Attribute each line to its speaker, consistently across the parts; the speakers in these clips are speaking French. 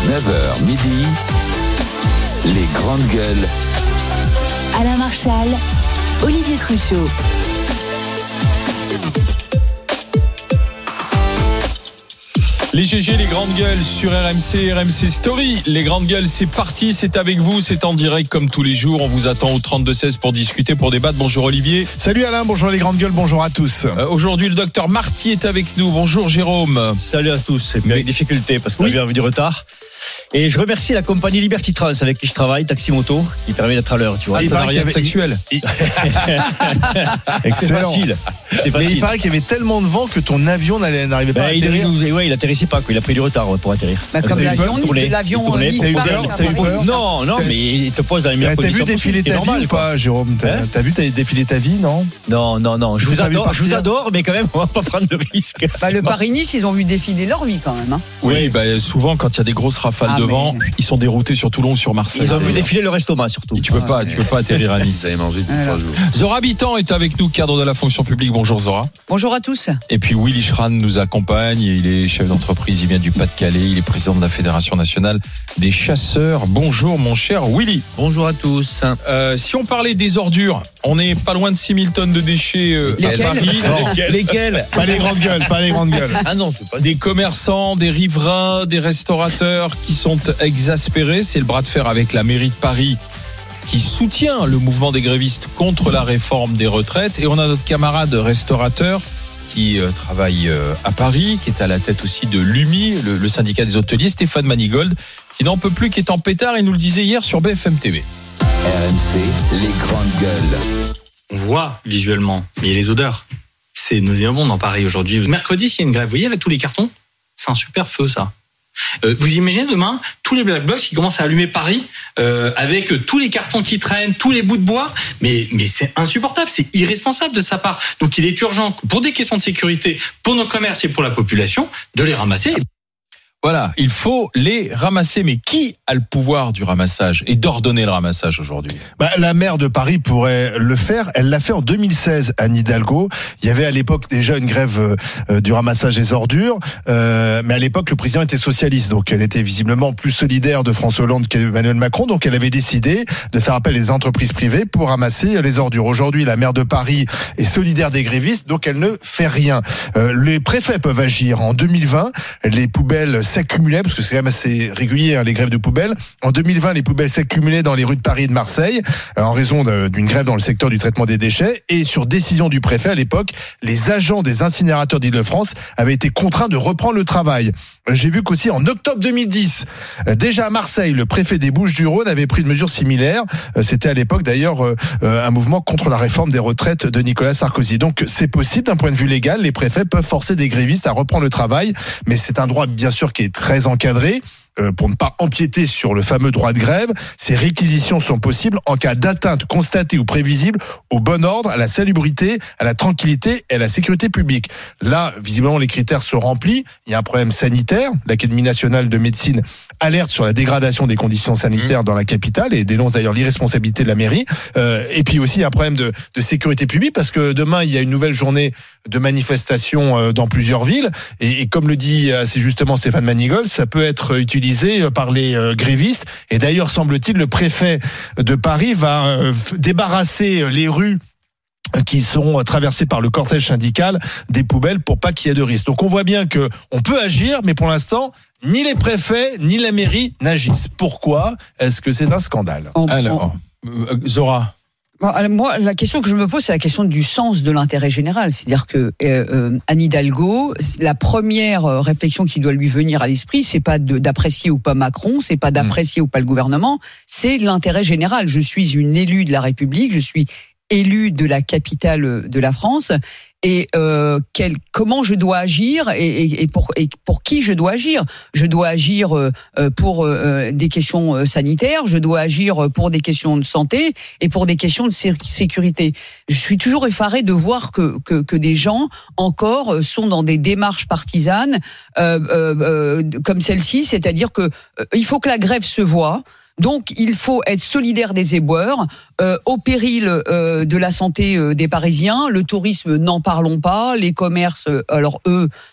Speaker 1: 9h midi, les grandes gueules.
Speaker 2: Alain Marchal, Olivier Truchot.
Speaker 3: Les GG, les grandes gueules sur RMC, RMC Story. Les grandes gueules, c'est parti, c'est avec vous, c'est en direct comme tous les jours. On vous attend au 32-16 pour discuter, pour débattre. Bonjour Olivier.
Speaker 4: Salut Alain, bonjour les grandes gueules, bonjour à tous.
Speaker 3: Aujourd'hui, le docteur Marty est avec nous. Bonjour Jérôme.
Speaker 5: Salut à tous, mais avec difficulté parce qu'on a eu du retard. Et je remercie la compagnie Liberty Trans avec qui je travaille, Taxi Moto, qui permet d'être à l'heure, tu vois.
Speaker 3: Ça n'a rien de sexuel.
Speaker 5: C'est facile.
Speaker 4: Mais il paraît qu'il y avait tellement de vent que ton avion n'arrivait pas à atterrir.
Speaker 5: Il atterrissait pas, quoi. Il a pris du retard pour atterrir.
Speaker 6: Comme l'avion
Speaker 5: Non, mais il te pose dans les meilleures conditions.
Speaker 4: T'as vu défiler ta vie ou pas, Jérôme? T'as vu défiler ta vie, non?
Speaker 5: Non. Je vous adore, mais quand même, on va pas prendre de risques.
Speaker 6: Le Paris-Nice, ils ont vu défiler leur vie quand même.
Speaker 3: Oui, souvent quand il y a des grosses rafales de vent, ils sont déroutés sur Toulon, sur Marseille.
Speaker 5: Ils ont vu défiler le Estomac surtout.
Speaker 3: Tu peux pas atterrir à Nice.
Speaker 1: Ça avait mangé depuis 3 jours.
Speaker 3: Zora Habitant est avec nous, cadre de la fonction publique. Bonjour Zora.
Speaker 6: Bonjour à tous.
Speaker 3: Et puis Willy Schran nous accompagne. Il est chef d'entreprise, il vient du Pas-de-Calais. Il est président de la Fédération nationale des chasseurs. Bonjour mon cher Willy.
Speaker 7: Bonjour à tous.
Speaker 3: Si on parlait des ordures, on n'est pas loin de 6000 tonnes de déchets à Paris.
Speaker 7: Lesquels?
Speaker 4: Pas les grandes gueules.
Speaker 7: Ah non, c'est pas
Speaker 3: des commerçants, des riverains, des restaurateurs qui sont exaspérés. C'est le bras de fer avec la mairie de Paris qui soutient le mouvement des grévistes contre la réforme des retraites. Et on a notre camarade restaurateur qui travaille à Paris, qui est à la tête aussi de l'UMI, le syndicat des hôteliers, Stéphane Manigold, qui n'en peut plus, qui est en pétard. Il nous le disait hier sur BFM TV.
Speaker 1: RMC, les grandes gueules.
Speaker 8: On voit visuellement, mais il y a les odeurs. C'est nauséabond dans Paris aujourd'hui. Mercredi, s'il y a une grève, vous voyez là tous les cartons, c'est un super feu ça. Vous imaginez demain tous les black blocs qui commencent à allumer Paris avec tous les cartons qui traînent, tous les bouts de bois, mais c'est insupportable, c'est irresponsable de sa part. Donc il est urgent pour des questions de sécurité, pour nos commerces et pour la population, de les ramasser.
Speaker 3: Voilà, il faut les ramasser. Mais qui a le pouvoir du ramassage et d'ordonner le ramassage aujourd'hui?
Speaker 4: La maire de Paris pourrait le faire. Elle l'a fait en 2016, Anne Hidalgo. Il y avait à l'époque déjà une grève du ramassage des ordures. Mais à l'époque, le président était socialiste. Donc, elle était visiblement plus solidaire de François Hollande qu'Emmanuel Macron. Donc, elle avait décidé de faire appel à des entreprises privées pour ramasser les ordures. Aujourd'hui, la maire de Paris est solidaire des grévistes. Donc, elle ne fait rien. Les préfets peuvent agir. En 2020, les poubelles s'accumulaient, parce que c'est quand même assez régulier, les grèves de poubelles. En 2020, les poubelles s'accumulaient dans les rues de Paris et de Marseille en raison d'une grève dans le secteur du traitement des déchets. Et sur décision du préfet à l'époque, les agents des incinérateurs d'Île-de-France avaient été contraints de reprendre le travail. J'ai vu qu'aussi en octobre 2010, déjà à Marseille, le préfet des Bouches-du-Rhône avait pris une mesure similaire. C'était à l'époque d'ailleurs un mouvement contre la réforme des retraites de Nicolas Sarkozy. Donc c'est possible d'un point de vue légal, les préfets peuvent forcer des grévistes à reprendre le travail, mais c'est un droit bien sûr qui est très encadré. Pour ne pas empiéter sur le fameux droit de grève, ces réquisitions sont possibles en cas d'atteinte constatée ou prévisible au bon ordre, à la salubrité, à la tranquillité et à la sécurité publique. Là, visiblement, les critères sont remplis. Il y a un problème sanitaire. L'Académie nationale de médecine alerte sur la dégradation des conditions sanitaires dans la capitale et dénonce d'ailleurs l'irresponsabilité de la mairie. Et puis aussi, il y a un problème de sécurité publique parce que demain, il y a une nouvelle journée de manifestation dans plusieurs villes. Et comme le dit assez justement Stéphane Manigold, ça peut être utilisé par les grévistes. Et d'ailleurs, semble-t-il, le préfet de Paris va débarrasser les rues qui sont traversées par le cortège syndical des poubelles pour pas qu'il y ait de risque. Donc on voit bien que on peut agir, mais pour l'instant, ni les préfets ni la mairie n'agissent. Pourquoi? Est-ce que c'est un scandale?
Speaker 3: Alors, Zora.
Speaker 6: Moi, la question que je me pose, c'est la question du sens de l'intérêt général. C'est-à-dire que Anne Hidalgo, la première réflexion qui doit lui venir à l'esprit, c'est pas d'apprécier ou pas Macron, c'est pas d'apprécier ou pas le gouvernement, c'est l'intérêt général. Je suis une élue de la République, je suis élue de la capitale de la France. Et comment je dois agir et pour qui je dois agir. Je dois agir pour des questions sanitaires, je dois agir pour des questions de santé et pour des questions de sécurité. Je suis toujours effarée de voir que des gens encore sont dans des démarches partisanes comme celle-ci, c'est-à-dire que il faut que la grève se voie. Donc, il faut être solidaire des éboueurs, au péril de la santé des Parisiens. Le tourisme, n'en parlons pas. Les commerces, alors eux,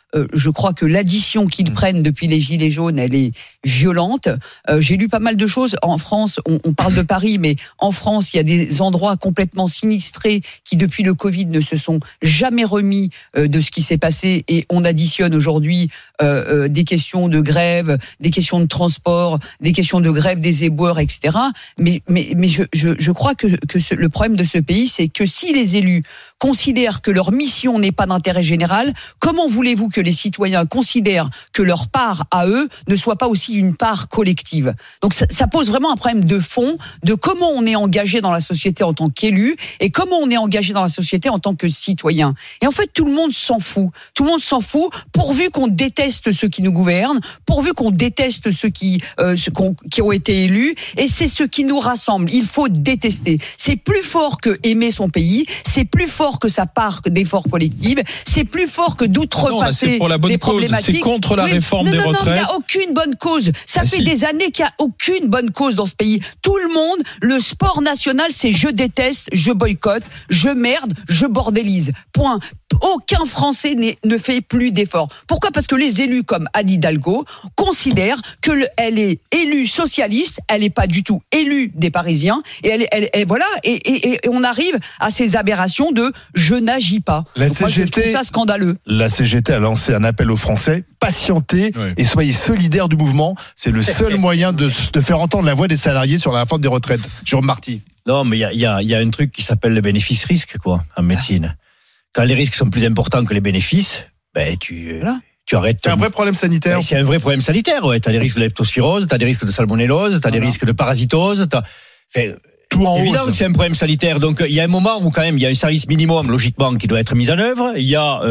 Speaker 6: je crois que l'addition qu'ils prennent depuis les Gilets jaunes, elle est violente. J'ai lu pas mal de choses. En France, on parle de Paris, mais en France, il y a des endroits complètement sinistrés qui, depuis le Covid, ne se sont jamais remis de ce qui s'est passé. Et on additionne aujourd'hui des questions de grève, des questions de transport, des questions de grève des éboueurs, etc. Mais je crois que le problème de ce pays, c'est que si les élus considèrent que leur mission n'est pas d'intérêt général, comment voulez-vous que les citoyens considèrent que leur part à eux ne soit pas aussi une part collective? Donc ça pose vraiment un problème de fond de comment on est engagé dans la société en tant qu'élu et comment on est engagé dans la société en tant que citoyen. Et en fait, tout le monde s'en fout. Tout le monde s'en fout pourvu qu'on déteste ceux qui nous gouvernent, pourvu qu'on déteste ceux qui ont été élus, et c'est ce qui nous rassemble. Il faut détester. C'est plus fort que aimer son pays, c'est plus fort que sa part d'effort collectif, c'est plus fort que d'outrepasser
Speaker 3: c'est pour la bonne
Speaker 6: les
Speaker 3: cause.
Speaker 6: problématiques.
Speaker 3: C'est contre la réforme des retraites.
Speaker 6: Non, il n'y a aucune bonne cause. Ça fait des années qu'il n'y a aucune bonne cause dans ce pays. Tout le monde, le sport national, c'est je déteste, je boycotte, je merde, je bordélise. Point. Aucun Français ne fait plus d'efforts. Pourquoi ? Parce que les élus comme Anne Hidalgo considèrent qu'elle est élue socialiste, elle n'est pas du tout élue des Parisiens, et voilà, et on arrive à ces aberrations de je n'agis pas.
Speaker 4: La
Speaker 6: Donc moi, je trouve ça scandaleux.
Speaker 4: La CGT a lancé un appel aux Français, patientez et soyez solidaires du mouvement. C'est le seul moyen de faire entendre la voix des salariés sur la réforme des retraites. Jérôme Marty.
Speaker 5: Non, mais il y a un truc qui s'appelle le bénéfice-risque, quoi, en médecine. Quand les risques sont plus importants que les bénéfices, tu arrêtes.
Speaker 4: C'est un vrai problème sanitaire.
Speaker 5: C'est un vrai problème sanitaire, ouais. T'as des risques de leptospirose, t'as des risques de salmonellose, t'as des risques de parasitose,
Speaker 4: tout en
Speaker 5: c'est évident
Speaker 4: hausse.
Speaker 5: que c'est un problème sanitaire. Donc, il y a un moment où, quand même, il y a un service minimum, logiquement, qui doit être mis en œuvre. Il y a,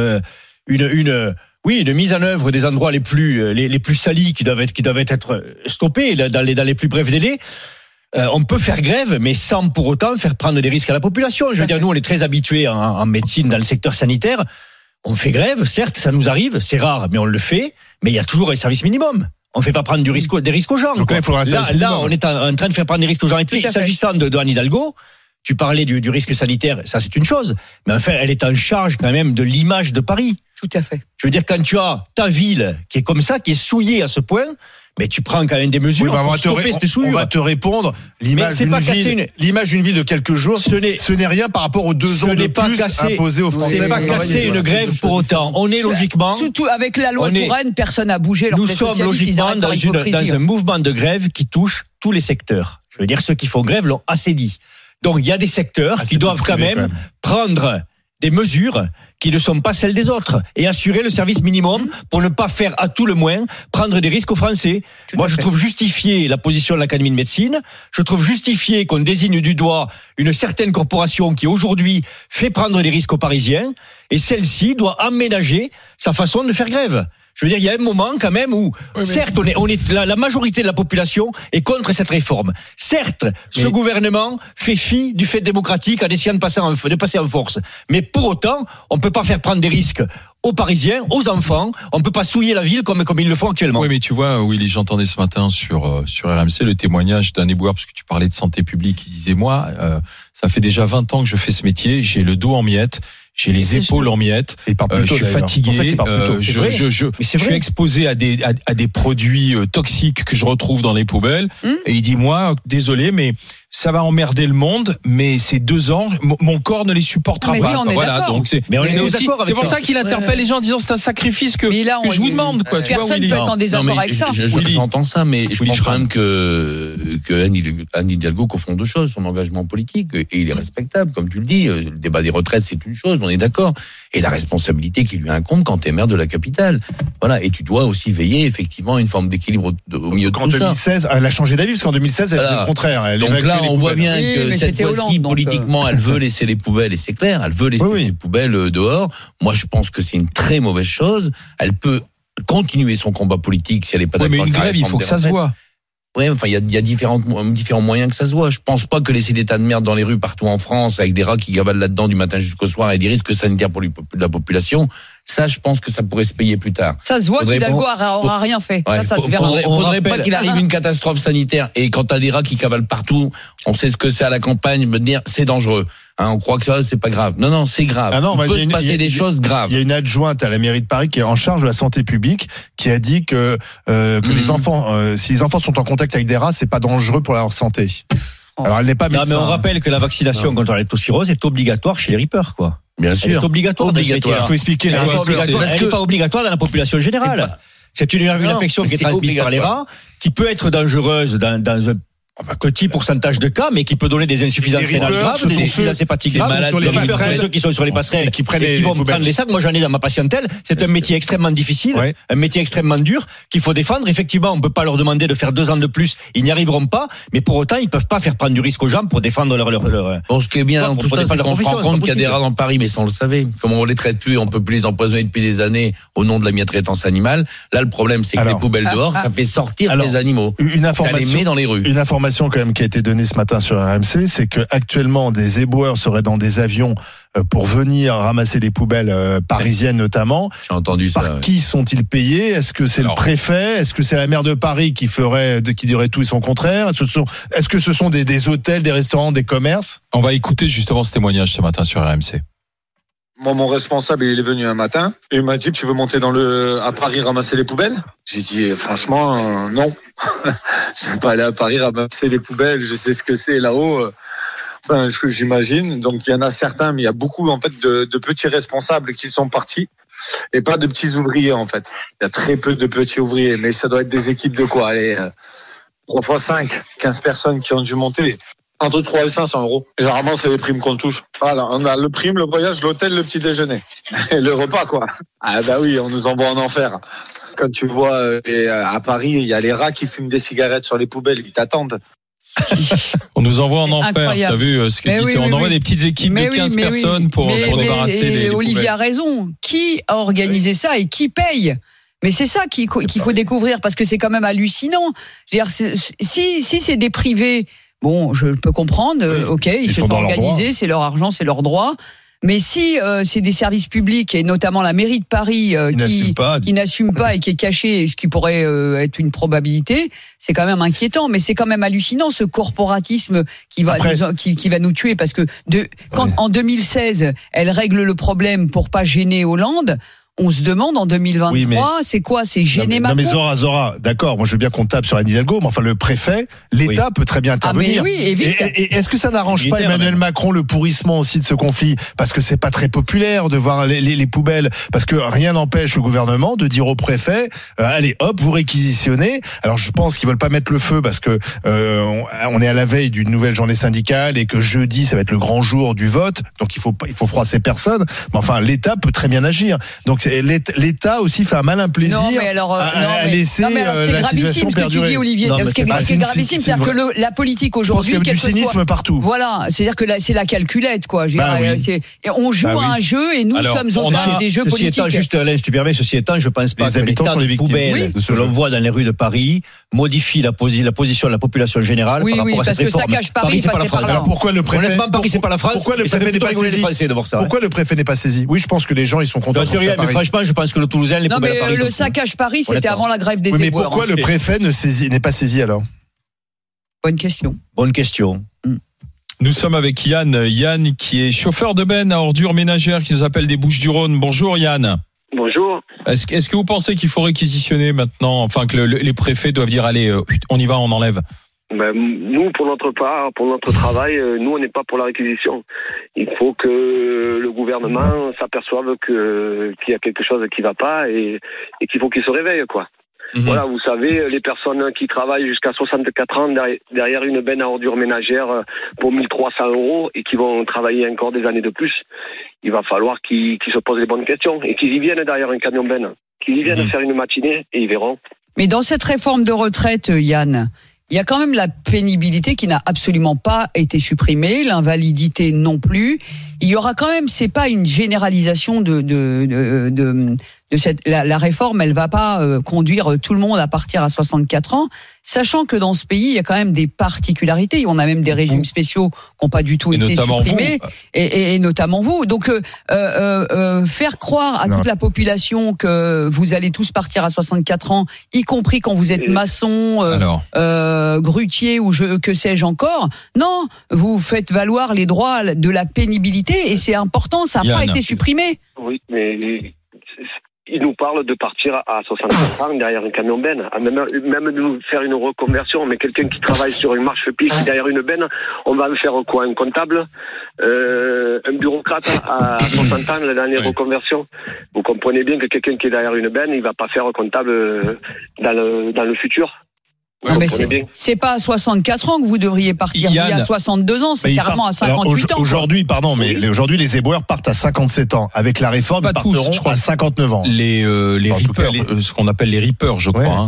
Speaker 5: une mise en œuvre des endroits les plus salis qui doivent être stoppés dans les plus brefs délais. On peut faire grève, mais sans pour autant faire prendre des risques à la population. Je veux dire, nous, on est très habitués en médecine, dans le secteur sanitaire. On fait grève, certes, ça nous arrive, c'est rare, mais on le fait. Mais il y a toujours un service minimum. On ne fait pas prendre des risques aux gens.
Speaker 4: Donc
Speaker 5: là, on est en train de faire prendre des risques aux gens. Et puis, s'agissant de Anne Hidalgo, tu parlais du risque sanitaire, ça c'est une chose. Mais enfin, elle est en charge quand même de l'image de Paris.
Speaker 6: Tout à fait.
Speaker 5: Je veux dire, quand tu as ta ville qui est comme ça, qui est souillée à ce point, mais tu prends quand même des mesures pour stopper cette souillure.
Speaker 4: On va te répondre, l'image d'une ville de quelques jours, ce n'est rien par rapport aux 2 ans de plus imposés aux Français.
Speaker 5: C'est pas casser une grève pour autant. On est logiquement...
Speaker 6: Surtout avec la loi Touraine, personne n'a bougé.
Speaker 5: Nous sommes logiquement dans un mouvement de grève qui touche tous les secteurs. Je veux dire, ceux qui font grève l'ont assez dit. Donc il y a des secteurs qui doivent quand même prendre des mesures qui ne sont pas celles des autres et assurer le service minimum pour ne pas faire à tout le moins prendre des risques aux Français. Moi, je trouve justifié la position de l'Académie de médecine. Je trouve justifié qu'on désigne du doigt une certaine corporation qui aujourd'hui fait prendre des risques aux Parisiens, et celle-ci doit aménager sa façon de faire grève. Je veux dire, il y a un moment quand même où, certes, la majorité de la population est contre cette réforme. Certes, ce gouvernement fait fi du fait démocratique en essayant de passer en force. Mais pour autant, on ne peut pas faire prendre des risques aux Parisiens, aux enfants. On ne peut pas souiller la ville comme ils le font actuellement.
Speaker 3: Oui, mais tu vois, Willy, j'entendais ce matin sur RMC le témoignage d'un éboueur, parce que tu parlais de santé publique. Il disait, moi, ça fait déjà 20 ans que je fais ce métier. J'ai le dos en miettes. J'ai les épaules en miettes, je suis fatigué, je suis exposé à des produits toxiques que je retrouve dans les poubelles. Et il dit, moi, désolé, mais ça va emmerder le monde, mais ces 2 ans, mon corps ne les supportera pas.
Speaker 6: Oui, on est d'accord.
Speaker 3: Donc c'est pour ça qu'il interpelle les gens en disant c'est un sacrifice que je vous demande. Quoi,
Speaker 6: personne ne peut être en désaccord avec ça.
Speaker 9: J'entends ça, mais je pense quand même que Anne Hidalgo confond 2 choses, son engagement politique, et il est respectable, comme tu le dis. Le débat des retraites, c'est une chose, on est d'accord. Et la responsabilité qui lui incombe quand tu es maire de la capitale. Voilà. Et tu dois aussi veiller, effectivement, à une forme d'équilibre au milieu de tout ça.
Speaker 4: En 2016, elle a changé d'avis, parce qu'en 2016, elle faisait le contraire.
Speaker 9: Donc là, on voit bien que cette fois-ci, politiquement, elle veut laisser les poubelles, et c'est clair, elle veut laisser les poubelles dehors. Moi, je pense que c'est une très mauvaise chose. Elle peut continuer son combat politique si elle n'est pas d'accord.
Speaker 3: Mais une grève, il faut que ça se voit.
Speaker 9: Ouais, enfin, il y a différents moyens que ça se voit. Je pense pas que laisser des tas de merde dans les rues partout en France, avec des rats qui gavalent là-dedans du matin jusqu'au soir et des risques sanitaires pour la population, ça, je pense que ça pourrait se payer plus tard.
Speaker 6: Ça se voit qu'Hidalgo aura rien fait.
Speaker 9: Ouais,
Speaker 6: ça se verra.
Speaker 9: Faudrait pas qu'il arrive une catastrophe sanitaire. Et quand t'as des rats qui cavalent partout, on sait ce que c'est à la campagne, me dire, c'est dangereux. On croit que ça, c'est pas grave. Non, c'est grave.
Speaker 4: Ah non,
Speaker 9: il peut se passer des choses graves.
Speaker 4: Il y a une adjointe à la mairie de Paris qui est en charge de la santé publique qui a dit que les enfants, si les enfants sont en contact avec des rats, c'est pas dangereux pour leur santé. Alors elle n'est pas médecin.
Speaker 5: Non, mais on rappelle que la vaccination contre la leptospirose est obligatoire chez les rippers, quoi.
Speaker 9: Bien sûr.
Speaker 5: Elle est obligatoire.
Speaker 4: Il faut expliquer.
Speaker 5: Elle n'est pas obligatoire dans la population générale. C'est une infection qui est transmise par les rats, qui peut être dangereuse dans un petit pourcentage de cas, mais qui peut donner des insuffisances rénales graves, des insuffisances hépatiques graves. Ceux qui sont sur les passerelles et qui vont prendre les sacs. Moi, j'en ai dans ma patientèle. C'est un métier extrêmement difficile, un métier extrêmement dur qu'il faut défendre. Effectivement, on peut pas leur demander de faire 2 ans de plus. Ils n'y arriveront pas. Mais pour autant, ils peuvent pas faire prendre du risque aux gens pour défendre leur.
Speaker 9: Bon, ce qui est bien dans tout ça, c'est qu'on se rend compte qu'il y a des rats dans Paris, mais ça on le savait. Comme on les traite plus, on peut plus les empoisonner depuis des années au nom de la maltraitance animale. Là, le problème, c'est que les poubelles dehors, ça fait sortir les animaux. Ça les met dans les rues.
Speaker 4: Une information quand même qui a été donnée ce matin sur RMC, c'est que actuellement des éboueurs seraient dans des avions pour venir ramasser les poubelles parisiennes notamment.
Speaker 9: J'ai entendu ça.
Speaker 4: Par qui sont-ils payés ? Est-ce que c'est le préfet ? Est-ce que c'est la maire de Paris qui dirait tout et son contraire ? Est-ce que ce sont des hôtels, des restaurants, des commerces ?
Speaker 3: On va écouter justement ce témoignage ce matin sur RMC.
Speaker 10: Moi, mon responsable, il est venu un matin et il m'a dit, tu veux monter à Paris ramasser les poubelles ? J'ai dit, franchement, non. Je vais pas aller à Paris ramasser les poubelles. Je sais ce que c'est là-haut. Enfin, ce que j'imagine. Donc, il y en a certains, mais il y a beaucoup, en fait, de petits responsables qui sont partis et pas de petits ouvriers, en fait. Il y a très peu de petits ouvriers, mais ça doit être des équipes de quoi? Allez, 3 x 5, 15 personnes qui ont dû monter. Entre 3 et 500 euros. Généralement, c'est les primes qu'on touche. Voilà, on a le prime, le voyage, l'hôtel, le petit déjeuner. Et le repas, quoi. Ah bah oui, on nous envoie en enfer. Quand tu vois à Paris, il y a les rats qui fument des cigarettes sur les poubelles, ils t'attendent.
Speaker 3: On nous envoie en enfer.
Speaker 6: Incroyable.
Speaker 3: T'as vu ce que dit, on envoie des petites équipes de 15 personnes pour débarrasser les
Speaker 6: Olivier
Speaker 3: poubelles.
Speaker 6: a raison. Qui a organisé ça et qui paye ? Mais c'est ça qu'il faut découvrir parce que c'est quand même hallucinant. Je veux dire, si c'est des privés, bon, je peux comprendre. Ok, ils se sont organisés, c'est leur argent, c'est leur droit. Mais si c'est des services publics et notamment la mairie de Paris qui n'assume pas et qui est caché, ce qui pourrait être une probabilité, c'est quand même inquiétant. Mais c'est quand même hallucinant ce corporatisme qui va nous tuer parce que en 2016, elle règle le problème pour pas gêner Hollande. On se demande en 2023, c'est quoi ? C'est gêner Macron.
Speaker 4: Non mais Zora, d'accord, moi je veux bien qu'on tape sur Anne Hidalgo, mais enfin le préfet, l'État peut très bien intervenir. Et est-ce que ça n'arrange pas Emmanuel Macron le pourrissement aussi de ce conflit ? Parce que c'est pas très populaire de voir les poubelles, parce que rien n'empêche au gouvernement de dire au préfet, allez hop, vous réquisitionnez. Alors je pense qu'ils veulent pas mettre le feu parce que on est à la veille d'une nouvelle journée syndicale et que jeudi ça va être le grand jour du vote, donc il faut froisser personne. Mais enfin l'État peut très bien agir. Donc l'État aussi fait un malin plaisir à laisser la situation perdurer.
Speaker 6: Tu dis, Olivier, ce qui est gravissime, c'est-à-dire que la politique aujourd'hui,
Speaker 4: je pense qu'il y a du cynisme partout.
Speaker 6: Voilà, c'est-à-dire que c'est la calculette, quoi. On joue à un jeu et nous sommes au sein des jeux politiques.
Speaker 5: Juste Alain, si tu permets, ceci étant, je pense pas que l'état de poubelle que l'on voit dans les rues de Paris modifie la position de la population générale par rapport à cette réforme.
Speaker 6: Oui, parce que ça cache Paris,
Speaker 5: c'est pas la France.
Speaker 4: Alors pourquoi le préfet
Speaker 5: Paris, c'est pas la France.
Speaker 4: Pourquoi le préfet n'est pas saisi ? Pourquoi le préfet n'est pas saisi ? Oui, je pense que les gens ils sont contents.
Speaker 5: Franchement, je pense que le Toulousain, les poubelles à Paris.
Speaker 6: Le saccage Paris, c'était avant la grève des éboueurs.
Speaker 4: Mais pourquoi le préfet n'est pas saisi alors ?
Speaker 6: Bonne question.
Speaker 3: Nous sommes avec Yann qui est chauffeur de benne à ordures ménagères qui nous appelle des Bouches-du-Rhône. Bonjour Yann.
Speaker 11: Bonjour.
Speaker 3: Est-ce que vous pensez qu'il faut réquisitionner maintenant, enfin que les préfets doivent dire allez, on y va, on enlève ?
Speaker 11: Nous, pour notre part, pour notre travail, nous, on n'est pas pour la réquisition. Il faut que le gouvernement s'aperçoive qu'il y a quelque chose qui va pas et qu'il faut qu'il se réveille, quoi. Voilà, vous savez, les personnes qui travaillent jusqu'à 64 ans derrière une benne à ordures ménagères pour 1 300 € et qui vont travailler encore des années de plus, il va falloir qu'ils se posent les bonnes questions et qu'ils y viennent derrière un camion benne, qu'ils y viennent faire une matinée et ils verront.
Speaker 6: Mais dans cette réforme de retraite, Yann, il y a quand même la pénibilité qui n'a absolument pas été supprimée, l'invalidité non plus. il y aura quand même, c'est pas une généralisation de cette, la réforme, elle va pas conduire tout le monde à partir à 64 ans, sachant que dans ce pays, il y a quand même des particularités. On a même des régimes spéciaux qui n'ont pas du tout été supprimés, et notamment vous. Donc, faire croire à toute la population que vous allez tous partir à 64 ans, y compris quand vous êtes maçon, grutier ou que sais-je encore. Non, vous faites valoir les droits de la pénibilité, et c'est important, ça n'a pas été supprimé.
Speaker 11: Oui, mais il nous parle de partir à 64 ans derrière un camion benne, même de nous faire une reconversion. Mais quelqu'un qui travaille sur une marche-pied derrière une benne, on va me faire quoi? Un comptable, un bureaucrate à 60 ans, la dernière reconversion. Vous comprenez bien que quelqu'un qui est derrière une benne, il va pas faire comptable dans le futur.
Speaker 6: Non, mais c'est pas à 64 ans que vous devriez partir.
Speaker 4: Yann,
Speaker 6: il y a 62 ans, c'est carrément à 58 ans.
Speaker 4: Aujourd'hui, aujourd'hui, les éboueurs partent à 57 ans. Avec la réforme, ils partiront à 59 ans.
Speaker 3: Les reapers, ce qu'on appelle les reapers, je crois.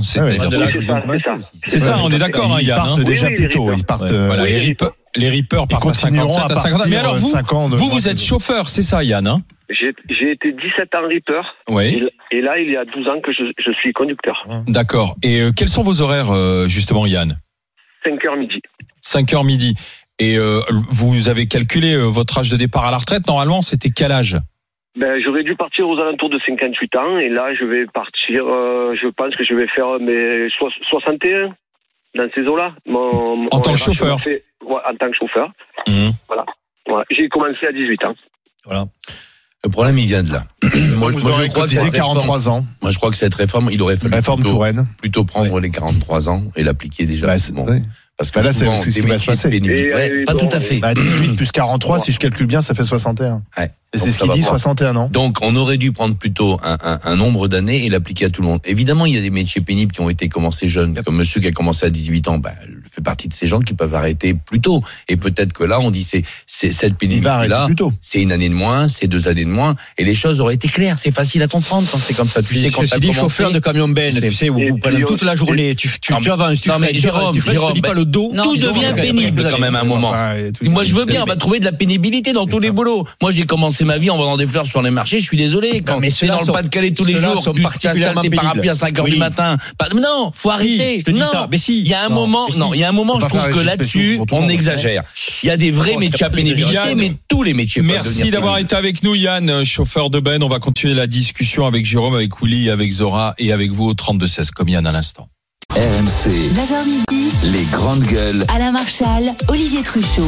Speaker 3: C'est ça, on est d'accord, Yann.
Speaker 4: Ils partent déjà plus tôt. Ils partent.
Speaker 3: Les reapers partent à 57, à 50 ans. Mais alors vous êtes chauffeur, c'est ça, Yann, hein?
Speaker 11: J'ai été 17 ans reaper.
Speaker 3: Oui.
Speaker 11: Et là, il y a 12 ans que je suis conducteur.
Speaker 3: D'accord. Et quels sont vos horaires, justement, Yann?
Speaker 11: 5h midi.
Speaker 3: 5h midi. Et vous avez calculé votre âge de départ à la retraite. Normalement, c'était quel âge?
Speaker 11: J'aurais dû partir aux alentours de 58 ans. Et là, je vais partir, je pense que je vais faire mes 61 dans ces eaux-là.
Speaker 3: En tant que chauffeur.
Speaker 11: En tant que chauffeur. Voilà. J'ai commencé à 18 ans.
Speaker 9: Voilà. Le problème, il vient de là.
Speaker 4: Moi, je crois que 43 ans.
Speaker 9: Moi, je crois que cette réforme, il aurait fallu plutôt prendre les 43 ans et l'appliquer déjà. Parce que
Speaker 4: là, c'est ce qui va se passer.
Speaker 9: Pas tout à fait.
Speaker 4: 18 plus 43, si je calcule bien, ça fait 61. Et c'est ce qu'il dit, 61 ans.
Speaker 9: Donc, on aurait dû prendre plutôt un nombre d'années et l'appliquer à tout le monde. Évidemment, il y a des métiers pénibles qui ont été commencés jeunes. Comme monsieur qui a commencé à 18 ans, fait partie de ces gens qui peuvent arrêter plus tôt. Et peut-être que là, on dit, c'est cette pénibilité-là, c'est une année de moins, c'est 2 années de moins. Et les choses auraient été claires. C'est facile à comprendre quand c'est comme ça. Tu sais, quand tu
Speaker 5: dis chauffeur de camion benne, tu sais, vous prenez toute la journée, tu avances, tu fais
Speaker 9: Jérôme,
Speaker 5: pas le dos.
Speaker 9: Tout devient pénible quand même à un moment. Moi, je veux bien, on va trouver de la pénibilité dans tous les boulots. Moi, j'ai commencé ma vie en vendant des fleurs sur les marchés, je suis désolé. Quand tu es dans le Pas-de-Calais tous les jours, tu t'installes tes parapluies à 5h du matin. Non, faut arrêter.
Speaker 5: Je te dis ça. Mais si.
Speaker 9: Il y a un moment, je trouve que là-dessus, on exagère. Il y a des vrais métiers à pénibilité, mais tous les métiers.
Speaker 3: Merci d'avoir été avec nous, Yann, chauffeur de benne. On va continuer la discussion avec Jérôme, avec Willy, avec Zora et avec vous au 32-16, comme Yann à l'instant.
Speaker 1: RMC.
Speaker 2: 9h midi.
Speaker 1: Les grandes gueules.
Speaker 2: Alain Marchal, Olivier Truchot.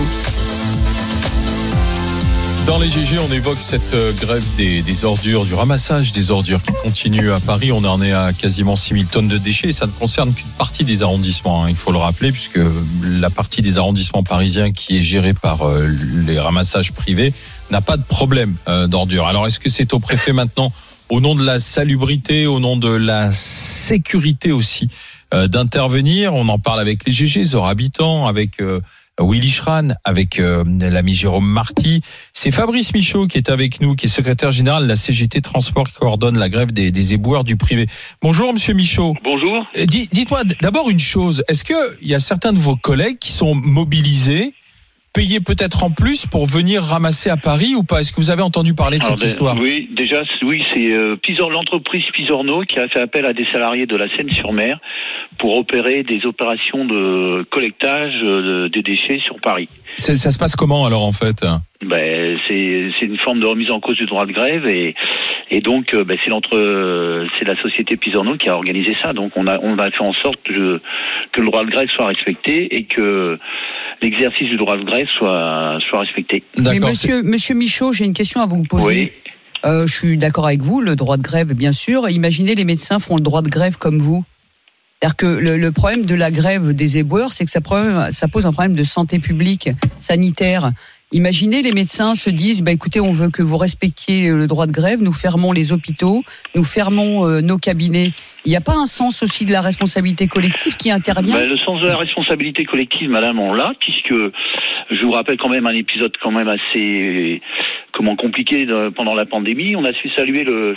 Speaker 3: Dans les GG, on évoque cette grève des ordures, du ramassage des ordures qui continue à Paris. On en est à quasiment 6000 tonnes de déchets et ça ne concerne qu'une partie des arrondissements, il faut le rappeler, puisque la partie des arrondissements parisiens qui est gérée par les ramassages privés n'a pas de problème d'ordures. Alors, est-ce que c'est au préfet maintenant, au nom de la salubrité, au nom de la sécurité aussi, d'intervenir? On en parle avec les GG, Zora Habitant, avec Willy Schran, avec l'ami Jérôme Marty. C'est Fabrice Michaud qui est avec nous, qui est secrétaire général de la CGT Transport, qui coordonne la grève des éboueurs du privé. Bonjour Monsieur Michaud.
Speaker 12: Bonjour.
Speaker 3: Dites-moi d'abord une chose, est-ce qu'il y a certains de vos collègues qui sont mobilisés, payés peut-être en plus pour venir ramasser à Paris ou pas? Est-ce que vous avez entendu parler de cette histoire?
Speaker 12: Oui, déjà, c'est l'entreprise Pisorno qui a fait appel à des salariés de la Seine-sur-Mer pour opérer des opérations de collectage des déchets sur Paris.
Speaker 3: Ça se passe comment alors en fait?
Speaker 12: C'est une forme de remise en cause du droit de grève et donc c'est la société Pisorno qui a organisé ça. Donc on a fait en sorte que le droit de grève soit respecté et que l'exercice du droit de grève soit respecté.
Speaker 6: Mais monsieur Michaud, j'ai une question à vous poser.
Speaker 12: Oui.
Speaker 6: Je suis d'accord avec vous, le droit de grève, bien sûr. Imaginez les médecins font le droit de grève comme vous. C'est-à-dire que le problème de la grève des éboueurs, c'est que ça pose un problème de santé publique, sanitaire. Imaginez les médecins se disent, écoutez, on veut que vous respectiez le droit de grève, nous fermons les hôpitaux, nous fermons nos cabinets. Il n'y a pas un sens aussi de la responsabilité collective qui intervient?
Speaker 12: Le sens de la responsabilité collective, madame, on l'a, puisque je vous rappelle quand même un épisode quand même assez compliqué pendant la pandémie. On a su saluer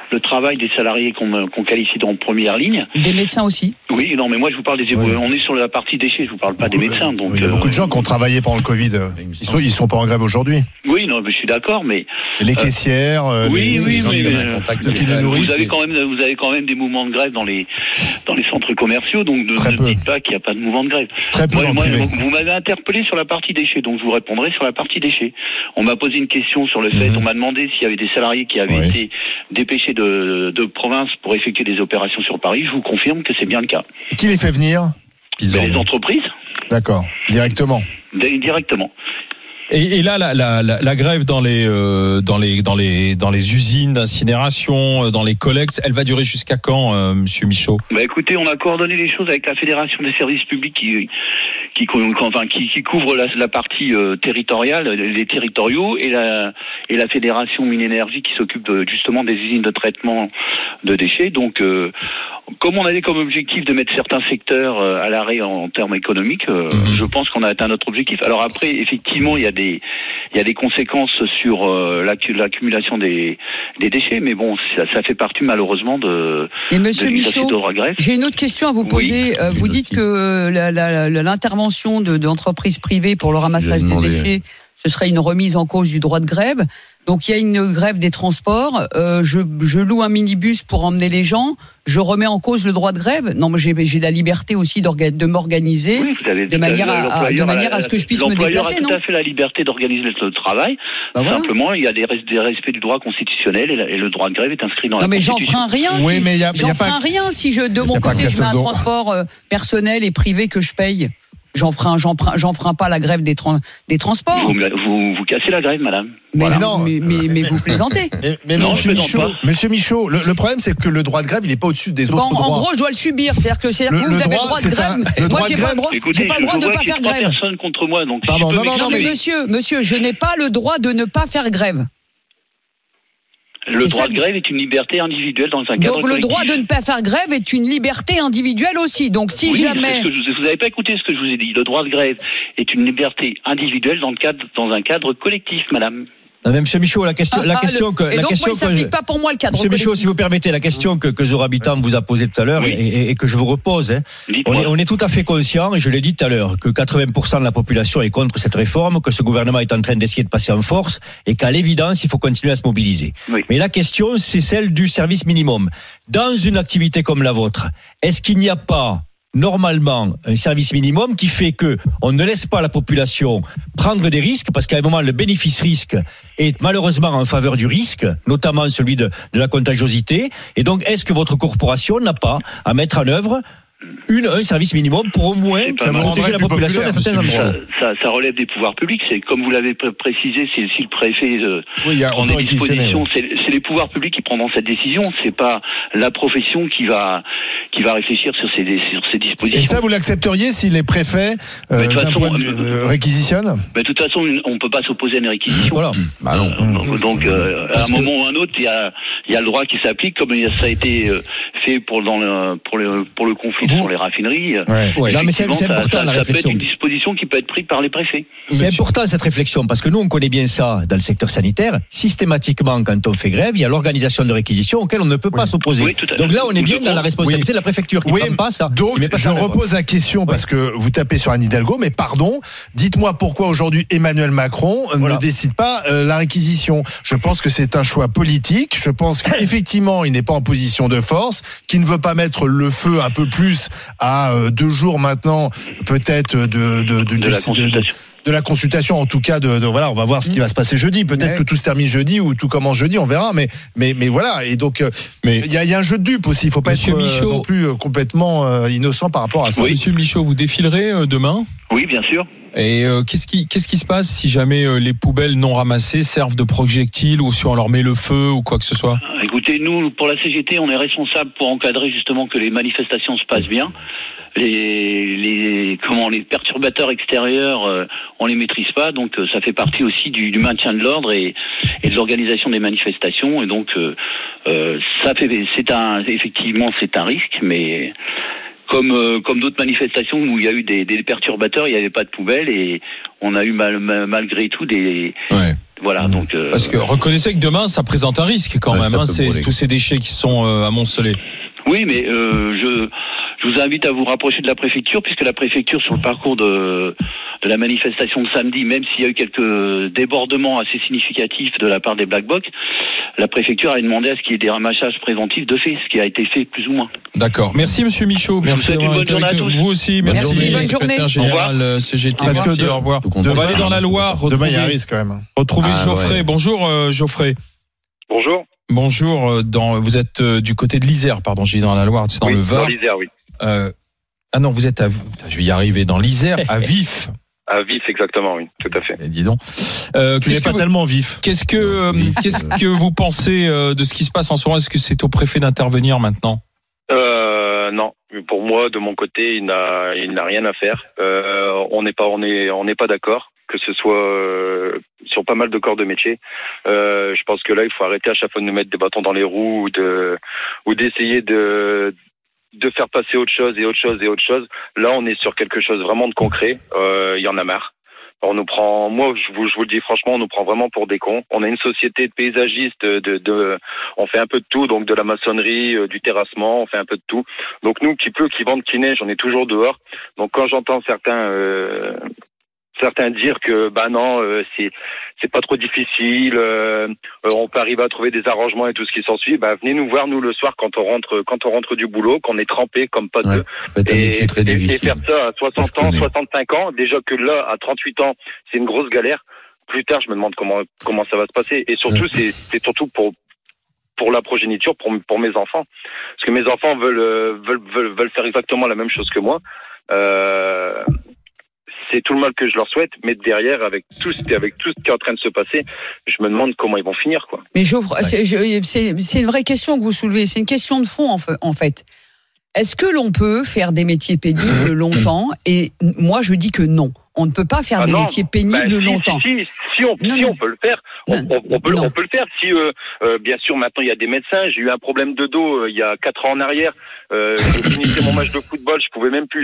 Speaker 12: le travail des salariés qu'on qualifie en première ligne.
Speaker 6: Des médecins aussi.
Speaker 12: Oui, non, mais moi je vous parle on est sur la partie déchets, je vous parle pas des médecins. Donc
Speaker 4: il y a beaucoup de gens qui ont travaillé pendant le Covid. Ils sont pas en grève aujourd'hui.
Speaker 12: Oui, non, mais je suis d'accord, mais
Speaker 4: les caissières,
Speaker 12: les gens
Speaker 4: qui nous nourrissent.
Speaker 12: Vous avez quand même des mouvements de grève dans les centres commerciaux, donc ne dites pas qu'il n'y a pas de mouvement de grève.
Speaker 4: Très peu.
Speaker 12: Vous m'avez interpellé sur la partie déchets, donc je vous répondrai sur la partie déchets. On m'a posé une question sur le fait, on m'a demandé s'il y avait des salariés qui avaient été dépêchés de province pour effectuer des opérations sur Paris. Je vous confirme que c'est bien le cas.
Speaker 4: Et qui les fait venir?
Speaker 12: Les entreprises.
Speaker 4: D'accord, directement.
Speaker 12: Directement.
Speaker 3: Et là, la grève dans les usines d'incinération, dans les collectes, elle va durer jusqu'à quand, Monsieur Michaud?
Speaker 12: Écoutez, on a coordonné les choses avec la Fédération des services publics qui couvre la partie territoriale, les territoriaux, et la Fédération Mine-Énergie qui s'occupe justement des usines de traitement de déchets. Donc, comme on avait comme objectif de mettre certains secteurs à l'arrêt en termes économiques, je pense qu'on a atteint notre objectif. Alors après, effectivement, il y a des conséquences sur l'accumulation des déchets, mais bon, ça fait partie malheureusement de.
Speaker 6: Et Monsieur Michaud, j'ai une autre question à vous poser.
Speaker 12: Oui.
Speaker 6: Vous dites que l'intervention d'entreprises privées pour le ramassage des déchets, ce serait une remise en cause du droit de grève. Donc il y a une grève des transports. Je loue un minibus pour emmener les gens. Je remets en cause le droit de grève. Non, mais j'ai la liberté aussi de m'organiser de manière à ce que je puisse me déplacer.
Speaker 12: L'employeur a tout à fait la liberté d'organiser le travail. Simplement, il y a des respects du droit constitutionnel et le droit de grève est inscrit dans la Constitution.
Speaker 6: Non, mais j'en freins rien.
Speaker 4: Oui, mais
Speaker 6: j'en freins rien si de mon côté je mets un transport personnel et privé que je paye. J'en freins pas la grève des transports.
Speaker 12: Vous cassez la grève, madame.
Speaker 6: Mais vous plaisantez.
Speaker 4: Mais non, Monsieur Michaud, le problème c'est que le droit de grève, il est pas au-dessus des autres droits.
Speaker 6: En gros, je dois le subir. C'est-à-dire que vous avez le droit de grève. Moi, j'ai pas le droit de ne pas faire grève.
Speaker 12: Personne contre moi, donc.
Speaker 6: Pardon, non, mais monsieur, je n'ai pas le droit de ne pas faire grève.
Speaker 12: Le droit de grève est une liberté individuelle dans un cadre collectif.
Speaker 6: Donc le droit de ne pas faire grève est une liberté individuelle aussi. Donc si jamais...
Speaker 12: Vous n'avez pas écouté ce que je vous ai dit. Le droit de grève est une liberté individuelle dans un cadre collectif, madame.
Speaker 5: Non, mais Monsieur Michaud, la question
Speaker 6: s'applique pas pour moi le cadre.
Speaker 5: Monsieur Michaud, si vous permettez, la question que Zorabitan vous a posée tout à l'heure et que je vous repose, on est tout à fait conscient, et je l'ai dit tout à l'heure, que 80% de la population est contre cette réforme, que ce gouvernement est en train d'essayer de passer en force, et qu'à l'évidence, il faut continuer à se mobiliser. Oui. Mais la question, c'est celle du service minimum. Dans une activité comme la vôtre, est-ce qu'il n'y a pas normalement un service minimum qui fait que on ne laisse pas la population prendre des risques, parce qu'à un moment le bénéfice-risque est malheureusement en faveur du risque, notamment celui de la contagiosité, et donc est-ce que votre corporation n'a pas à mettre en œuvre un service minimum pour au moins protéger la population à certains endroits?
Speaker 12: Ça relève des pouvoirs publics. C'est comme vous l'avez précisé, c'est si le préfet prend des dispositions, c'est les pouvoirs publics qui prendront cette décision. C'est pas la profession qui va réfléchir sur ces dispositions.
Speaker 4: Et ça, vous l'accepteriez si les préfets réquisitionnent?
Speaker 12: De toute façon, on peut pas s'opposer à une réquisition.
Speaker 5: Voilà.
Speaker 12: Bah non. Donc à un moment ou à un autre, il y a le droit qui s'applique, comme ça a été fait pour le conflit sur les raffineries.
Speaker 5: Ouais. Non, mais c'est important la réflexion.
Speaker 12: Ça peut être une disposition qui peut être prise par les préfets.
Speaker 5: C'est important cette réflexion, parce que nous on connaît bien ça dans le secteur sanitaire. Systématiquement, quand on fait grève, il y a l'organisation de réquisition auquel on ne peut pas s'opposer. Donc là, on est bien dans la responsabilité de la préfecture qui ne prend pas ça.
Speaker 4: Donc je repose la question parce que vous tapez sur Anne Hidalgo, mais pardon, dites-moi pourquoi aujourd'hui Emmanuel Macron ne décide pas la réquisition. Je pense que c'est un choix politique. Je pense qu'effectivement, il n'est pas en position de force, qu'il ne veut pas mettre le feu un peu plus à 2 jours maintenant, peut-être de la consultation, en tout cas voilà, on va voir ce qui va se passer jeudi. Peut-être que tout se termine jeudi ou tout commence jeudi, on verra. Mais voilà. Et donc il y a un jeu de dupes aussi. Il faut pas être non plus complètement innocent par rapport à ça.
Speaker 3: Monsieur Michaud, vous défilerez demain?
Speaker 12: Oui, bien sûr.
Speaker 3: Et qu'est-ce qui se passe si jamais les poubelles non ramassées servent de projectiles ou si on leur met le feu ou quoi que ce soit?
Speaker 12: Écoutez, nous, pour la CGT, on est responsable pour encadrer justement que les manifestations se passent bien. Les perturbateurs extérieurs, on les maîtrise pas, donc ça fait partie aussi du maintien de l'ordre et de l'organisation des manifestations. Et donc effectivement c'est un risque, mais comme d'autres manifestations où il y a eu des perturbateurs, il n'y avait pas de poubelle et on a eu malgré tout des Voilà, donc.
Speaker 3: Parce que reconnaissez que demain, ça présente un risque quand même. Hein, c'est tous ces déchets qui sont amoncelés.
Speaker 12: Oui, mais je vous invite à vous rapprocher de la préfecture, puisque la préfecture, sur le parcours de la manifestation de samedi, même s'il y a eu quelques débordements assez significatifs de la part des Black Blocs, la préfecture a demandé à ce qu'il y ait des ramassages préventifs de fait, ce qui a été fait plus ou moins.
Speaker 3: D'accord. Merci Monsieur Michaud. Merci
Speaker 12: d'avoir été avec nous.
Speaker 3: Vous aussi. Merci.
Speaker 6: Bonne journée.
Speaker 3: Secrétaire général CGT.
Speaker 4: Parce
Speaker 3: Merci. Au revoir. On va aller dans la Loire.
Speaker 4: Demain, il y a un risque quand même.
Speaker 3: Retrouver Geoffrey. Ouais. Bonjour Geoffrey.
Speaker 13: Bonjour.
Speaker 3: Bonjour. Vous êtes du côté de l'Isère, pardon. J'ai dit dans la Loire, c'est dans le Var.
Speaker 13: Dans l'Isère, oui.
Speaker 3: Non, vous êtes je vais y arriver, dans l'Isère, à Vif.
Speaker 13: À Vif, exactement, oui, tout à fait.
Speaker 3: Et dis donc.
Speaker 4: Tu n'es pas tellement vif.
Speaker 3: Qu'est-ce que vous pensez de ce qui se passe en ce moment? Est-ce que c'est au préfet d'intervenir maintenant?
Speaker 13: Non, pour moi, de mon côté, il n'a rien à faire. On n'est pas d'accord, que ce soit sur pas mal de corps de métier. Je pense que là, il faut arrêter à chaque fois de nous mettre des bâtons dans les roues ou d'essayer de faire passer autre chose. Là, on est sur quelque chose vraiment de concret. Il y en a marre. On nous prend, moi, je vous le dis franchement, on nous prend vraiment pour des cons. On a une société de paysagistes, on fait un peu de tout, donc de la maçonnerie, du terrassement, on fait un peu de tout. Donc nous, qui pleut, qui vente, qui neige, on est toujours dehors. Donc quand j'entends certains dire que non, c'est pas trop difficile, on peut arriver à trouver des arrangements et tout ce qui s'ensuit, venez nous voir nous le soir quand on rentre du boulot, qu'on est trempé comme pas deux, et faire ça à 60 ans, 65 ans, déjà que là à 38 ans, c'est une grosse galère. Plus tard, je me demande comment ça va se passer, et surtout c'est surtout pour la progéniture, pour mes enfants, parce que mes enfants veulent faire exactement la même chose que moi. C'est tout le mal que je leur souhaite, mais derrière, avec tout ce qui est en train de se passer, je me demande comment ils vont finir, quoi.
Speaker 6: Mais c'est une vraie question que vous soulevez. C'est une question de fond, en fait. Est-ce que l'on peut faire des métiers pénibles longtemps? Et moi, je dis que non. On ne peut pas faire des métiers pénibles longtemps.
Speaker 13: Si on peut le faire. On peut le faire. Si, bien sûr, maintenant, il y a des médecins. J'ai eu un problème de dos il y a 4 ans en arrière. Je finissais mon match de football. Je pouvais même plus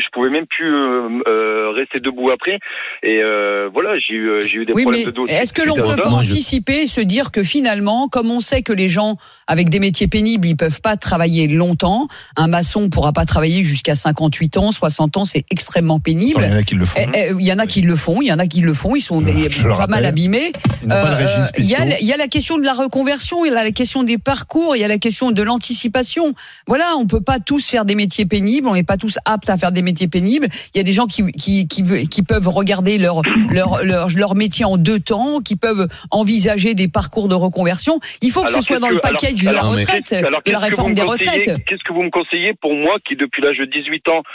Speaker 13: rester debout après. Et voilà, j'ai eu des problèmes de dos.
Speaker 6: Est-ce que l'on peut pas anticiper et se dire que finalement, comme on sait que les gens avec des métiers pénibles, ils peuvent pas travailler longtemps. Un maçon pourra pas travailler jusqu'à 58 ans, 60 ans, c'est extrêmement pénible.
Speaker 4: Il y en a qui le font.
Speaker 6: Il y en a qui le font, ils sont pas mal abîmés. Il y a la question de la reconversion, il y a la question des parcours, il y a la question de l'anticipation. Voilà, on peut pas tous faire des métiers pénibles, on n'est pas tous aptes à faire des métiers pénibles. Il y a des gens qui peuvent regarder leur métier en 2 temps, qui peuvent envisager des parcours de reconversion. Il faut que ce soit dans le package de la retraite, de la réforme des retraites.
Speaker 13: Qu'est-ce que vous me conseillez pour moi qui depuis l'âge de 18 ans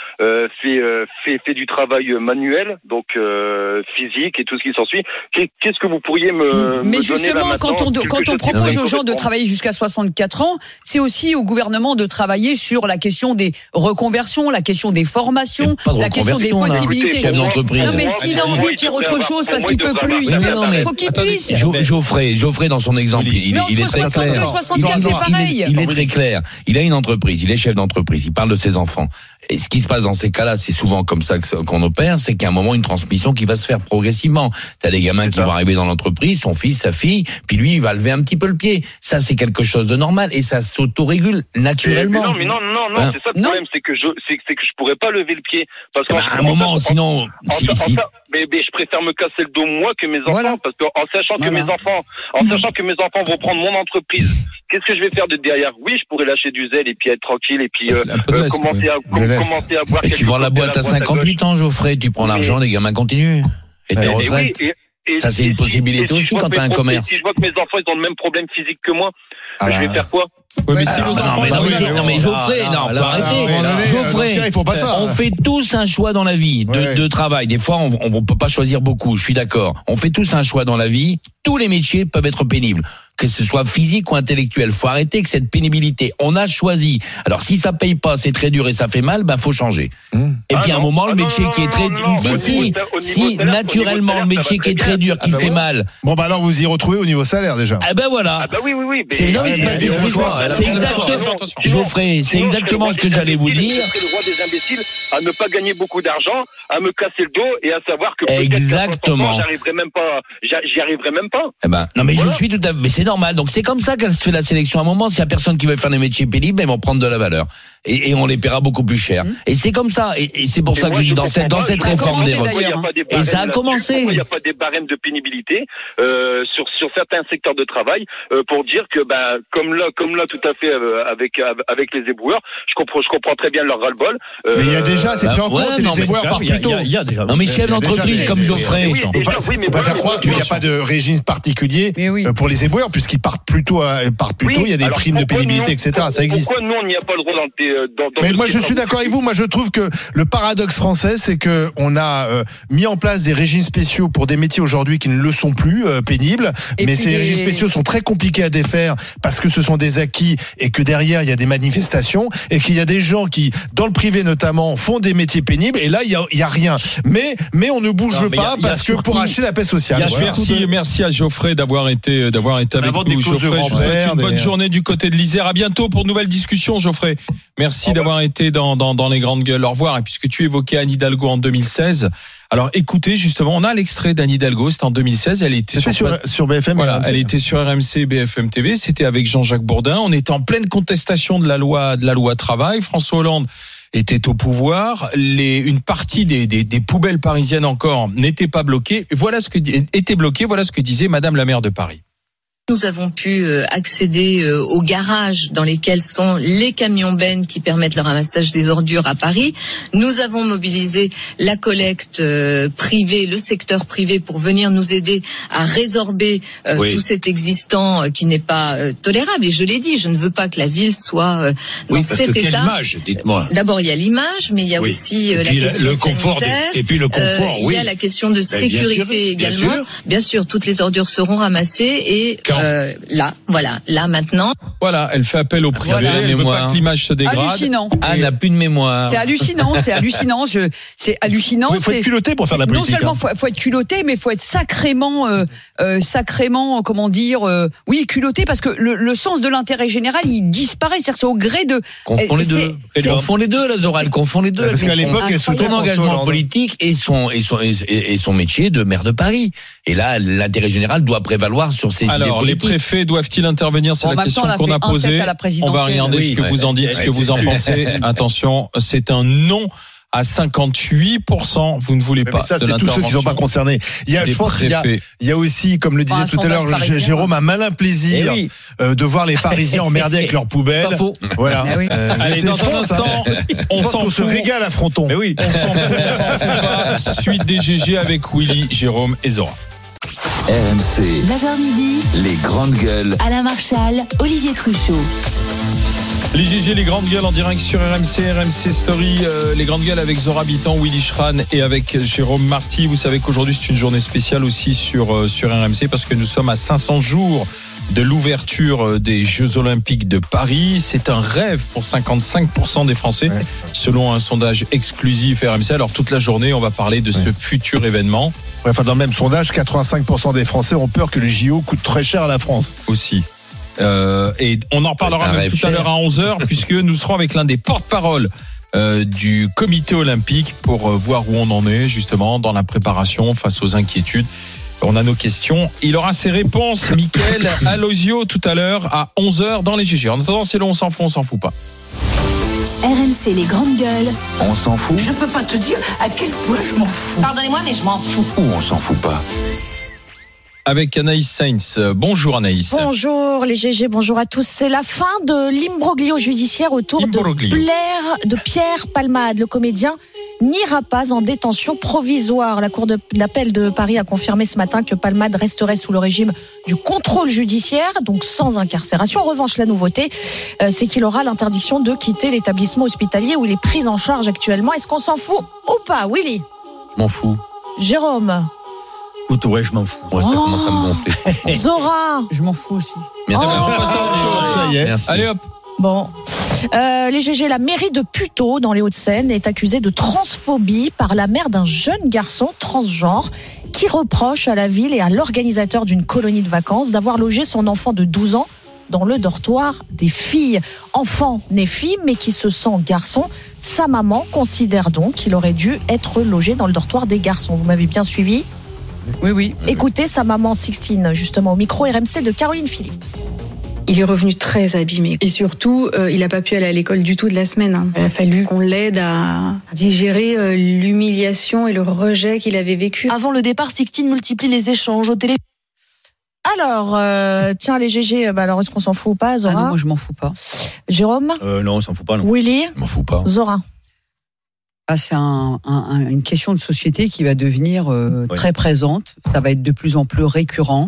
Speaker 13: fait du travail manuel, donc physique et tout ce qui s'ensuit? Qu'est-ce que vous pourriez me
Speaker 6: Mais
Speaker 13: donner
Speaker 6: justement,
Speaker 13: là
Speaker 6: quand on propose aux gens de travailler jusqu'à 64 ans, c'est aussi au gouvernement de travailler sur la question des reconversions, la question des formations, la question des possibilités.
Speaker 9: Chef d'entreprise.
Speaker 6: Non, mais s'il a envie de faire autre chose parce qu'il peut plus, il faut qu'il puisse.
Speaker 9: Geoffrey, dans son exemple, il est très clair.
Speaker 6: 64, c'est pareil.
Speaker 9: Il est très clair. Il a une entreprise, il est chef d'entreprise, il parle de ses enfants. Et ce qui se passe dans ces cas-là, c'est souvent comme ça qu'on opère, c'est qu'à un moment, une transmission qui va se faire progressivement. T'as des gamins qui vont arriver dans l'entreprise, son fils, sa fille, puis lui, il va lever un petit peu le pied. Ça, c'est quelque chose de normal et ça s'autorégule naturellement.
Speaker 13: Mais non, c'est ça le problème, c'est que je pourrais pas lever le pied. Parce qu'à
Speaker 9: un moment, sinon,
Speaker 13: mais je préfère me casser le dos moi que mes enfants, parce qu'en sachant que mes enfants vont prendre mon entreprise, qu'est-ce que je vais faire de derrière? Oui, je pourrais lâcher du zèle et puis être tranquille et puis commencer à boire.
Speaker 9: Et tu vends la boîte à 58 ans, Geoffrey, tu prends l'argent, les gamins continuent. Et tes retraites. Ça, c'est une possibilité aussi quand t'as un commerce.
Speaker 13: Si je vois que mes enfants, ils ont le même problème physique que moi, je vais faire quoi?
Speaker 3: Oui, mais si vos enfants.
Speaker 9: Non, mais Geoffrey, faut arrêter. Geoffrey,
Speaker 4: il faut pas ça.
Speaker 9: On fait tous un choix dans la vie de travail. Des fois, on peut pas choisir beaucoup. Je suis d'accord. On fait tous un choix dans la vie. Tous les métiers peuvent être pénibles, que ce soit physique ou intellectuel. Faut arrêter que cette pénibilité. On a choisi. Alors, si ça paye pas, c'est très dur et ça fait mal, faut changer. Et puis, à un moment, le métier qui est très dur, si naturellement le métier qui est très dur, qui fait mal.
Speaker 4: Bon, alors vous y retrouvez au niveau salaire déjà.
Speaker 9: Voilà.
Speaker 13: Oui.
Speaker 9: C'est exactement, Geoffrey, c'est exactement ce que j'allais vous dire.
Speaker 13: C'est le roi des imbéciles à ne pas gagner beaucoup d'argent, à me casser le dos et à savoir que
Speaker 9: exactement,
Speaker 13: j'y arriverai même pas.
Speaker 9: Eh ben, non, mais je suis tout à fait, mais c'est normal. Donc, c'est comme ça qu'elle se fait la sélection. À un moment, s'il y a personne qui veut faire des métiers pénibles, ils vont prendre de la valeur. Et on les paiera beaucoup plus cher. Et c'est comme ça. Et c'est pour ça que je dis dans cette réforme des retraites. Et ça a commencé.
Speaker 13: Il n'y a pas des barèmes de pénibilité, sur certains secteurs de travail, pour dire que, comme là, tout à fait, avec les éboueurs, je comprends très bien leur ras-le-bol.
Speaker 4: Mais il y a déjà, c'est plus en compte, les éboueurs partent plus tôt.
Speaker 5: Il y a déjà.
Speaker 9: Non, mais chef d'entreprise comme Geoffrey.
Speaker 4: On peut pas faire croire qu'il n'y a pas de régime particulier pour les éboueurs, puisqu'ils partent plus tôt, il y a des primes de pénibilité, etc. Ça existe.
Speaker 13: Pourquoi nous, on n'y a pas le droit dans
Speaker 4: mais moi, je suis d'accord avec vous. Moi, je trouve que le paradoxe français, c'est que on a mis en place des régimes spéciaux pour des métiers aujourd'hui qui ne le sont plus, pénibles. Mais ces régimes spéciaux sont très compliqués à défaire parce que ce sont des acquis et que derrière, il y a des manifestations et qu'il y a des gens qui, dans le privé notamment, font des métiers pénibles. Et là, il y a rien. Mais on ne bouge pas parce que pour acheter la paix sociale.
Speaker 3: Merci à Geoffrey d'avoir été avec nous. Geoffrey, je vous souhaite une bonne journée du côté de l'Isère. À bientôt pour de nouvelles discussions, Geoffrey. Merci d'avoir été dans les grandes gueules. Au revoir. Et puisque tu évoquais Anne Hidalgo en 2016, alors écoutez, justement, on a l'extrait d'Anne Hidalgo, c'était en 2016, elle était
Speaker 4: sur BFM.
Speaker 3: Voilà, elle était sur RMC, BFM TV, c'était avec Jean-Jacques Bourdin, on était en pleine contestation de la loi travail, François Hollande était au pouvoir, une partie des poubelles parisiennes encore n'étaient pas bloquées, voilà ce que disait Madame la maire de Paris.
Speaker 14: Nous avons pu accéder aux garages dans lesquels sont les camions-bennes qui permettent le ramassage des ordures à Paris. Nous avons mobilisé la collecte privée, le secteur privé pour venir nous aider à résorber tout cet existant qui n'est pas tolérable. Et je l'ai dit, je ne veux pas que la ville soit dans cet état.
Speaker 15: Quelle image, dites-moi.
Speaker 14: D'abord, il y a l'image, mais il y a aussi la question
Speaker 15: le confort
Speaker 14: sanitaire.
Speaker 15: Et puis le confort,
Speaker 14: il y a la question de sécurité également. Bien sûr, toutes les ordures seront ramassées et là maintenant.
Speaker 3: Voilà, elle fait appel au privé. Elle ne veut pas que l'image se dégrade.
Speaker 6: Hallucinant.
Speaker 9: Anne n'a plus de mémoire.
Speaker 6: C'est hallucinant. C'est hallucinant.
Speaker 4: Il faut être culotté pour faire de la politique.
Speaker 6: Non seulement faut être culotté, mais faut être sacrément, comment dire, culotté, parce que le sens de l'intérêt général, il disparaît. C'est-à-dire, c'est au gré de.
Speaker 9: Confond les deux. Elle confond les deux, la Zora. Elle confond les deux.
Speaker 4: Parce qu'à l'époque, elle soutenait
Speaker 9: son engagement politique et son métier de maire de Paris. Et là, l'intérêt général doit prévaloir sur ces idées politiques.
Speaker 3: Les préfets doivent-ils intervenir? C'est la question qu'on a posée. On va regarder ce que vous en dites, ce que vous en pensez. Attention, c'est un non à 58%. Vous ne voulez pas
Speaker 4: ça,
Speaker 3: de
Speaker 4: tous
Speaker 3: l'intervention.
Speaker 4: ceux qui ne sont pas concernés. Je pense qu'il y a aussi, comme le disait tout à l'heure Jérôme, un malin plaisir de voir les Parisiens emmerdés avec leurs poubelles.
Speaker 9: C'est pas faux.
Speaker 4: Voilà.
Speaker 3: Allez, dans un instant, on
Speaker 4: se régale à Fronton.
Speaker 3: Mais oui, on s'en fout pas. Suite des GG avec Willy, Jérôme et Zora.
Speaker 1: RMC,
Speaker 2: 9h midi,
Speaker 1: les grandes gueules.
Speaker 2: Alain Marchal, Olivier Truchot.
Speaker 3: Les GG, les grandes gueules en direct sur RMC Story, les grandes gueules avec Zora Bitan, Willy Schran et avec Jérôme Marty. Vous savez qu'aujourd'hui c'est une journée spéciale aussi sur RMC parce que nous sommes à 500 jours de l'ouverture des Jeux Olympiques de Paris. C'est un rêve pour 55% des Français, selon un sondage exclusif RMC. Alors toute la journée, on va parler de ce futur événement.
Speaker 4: Dans le même sondage, 85% des Français ont peur que les JO coûtent très cher à la France.
Speaker 3: Aussi. Et on en reparlera tout à l'heure à 11h puisque nous serons avec l'un des porte-parole du comité olympique pour voir où on en est justement dans la préparation face aux inquiétudes. On a nos questions. Il aura ses réponses, Mickaël Alosio, tout à l'heure à 11h dans les GG. En attendant, c'est long, on s'en fout pas.
Speaker 2: RMC les grandes gueules.
Speaker 1: On s'en fout
Speaker 16: Je peux pas te dire à quel point je m'en fous.
Speaker 2: Pardonnez-moi, mais je m'en fous.
Speaker 1: ou on s'en fout pas?
Speaker 3: Avec Anaïs Sainz. Bonjour Anaïs.
Speaker 17: Bonjour les GG, bonjour à tous. C'est la fin de l'imbroglio judiciaire autour de Pierre Palmade. Le comédien n'ira pas en détention provisoire. La Cour d'appel de Paris a confirmé ce matin que Palmade resterait sous le régime du contrôle judiciaire, donc sans incarcération. En revanche, la nouveauté, c'est qu'il aura l'interdiction de quitter l'établissement hospitalier où il est pris en charge actuellement. Est-ce qu'on s'en fout ou pas, Willy?
Speaker 9: Je m'en fous.
Speaker 17: Jérôme?
Speaker 5: Ouais, je m'en fous.
Speaker 9: Ouais, ça commence à me gonfler.
Speaker 17: Zora?
Speaker 6: Je m'en fous aussi.
Speaker 3: Merci. On passe à autre chose.
Speaker 4: Ça y est.
Speaker 9: Merci.
Speaker 3: Allez hop.
Speaker 17: Bon. Les GG, la mairie de Puteaux, dans les Hauts-de-Seine, est accusée de transphobie par la mère d'un jeune garçon transgenre qui reproche à la ville et à l'organisateur d'une colonie de vacances d'avoir logé son enfant de 12 ans dans le dortoir des filles. Enfant né fille, mais qui se sent garçon. Sa maman considère donc qu'il aurait dû être logé dans le dortoir des garçons. Vous m'avez bien suivi ?
Speaker 6: Oui.
Speaker 17: Écoutez sa maman Sixtine, justement, au micro RMC de Caroline Philippe.
Speaker 15: Il est revenu très abîmé. Et surtout, il n'a pas pu aller à l'école du tout de la semaine. Il a fallu qu'on l'aide à digérer l'humiliation et le rejet qu'il avait vécu.
Speaker 17: Avant le départ, Sixtine multiplie les échanges au téléphone. Alors, tiens, les GG, alors est-ce qu'on s'en fout ou pas, Zora?
Speaker 6: Non, moi je m'en fous pas.
Speaker 17: Jérôme?
Speaker 5: Non, on s'en fout pas, non.
Speaker 17: Willy?
Speaker 9: Je m'en fous pas.
Speaker 17: Zora?
Speaker 6: C'est une question de société qui va devenir très présente. Ça va être de plus en plus récurrent.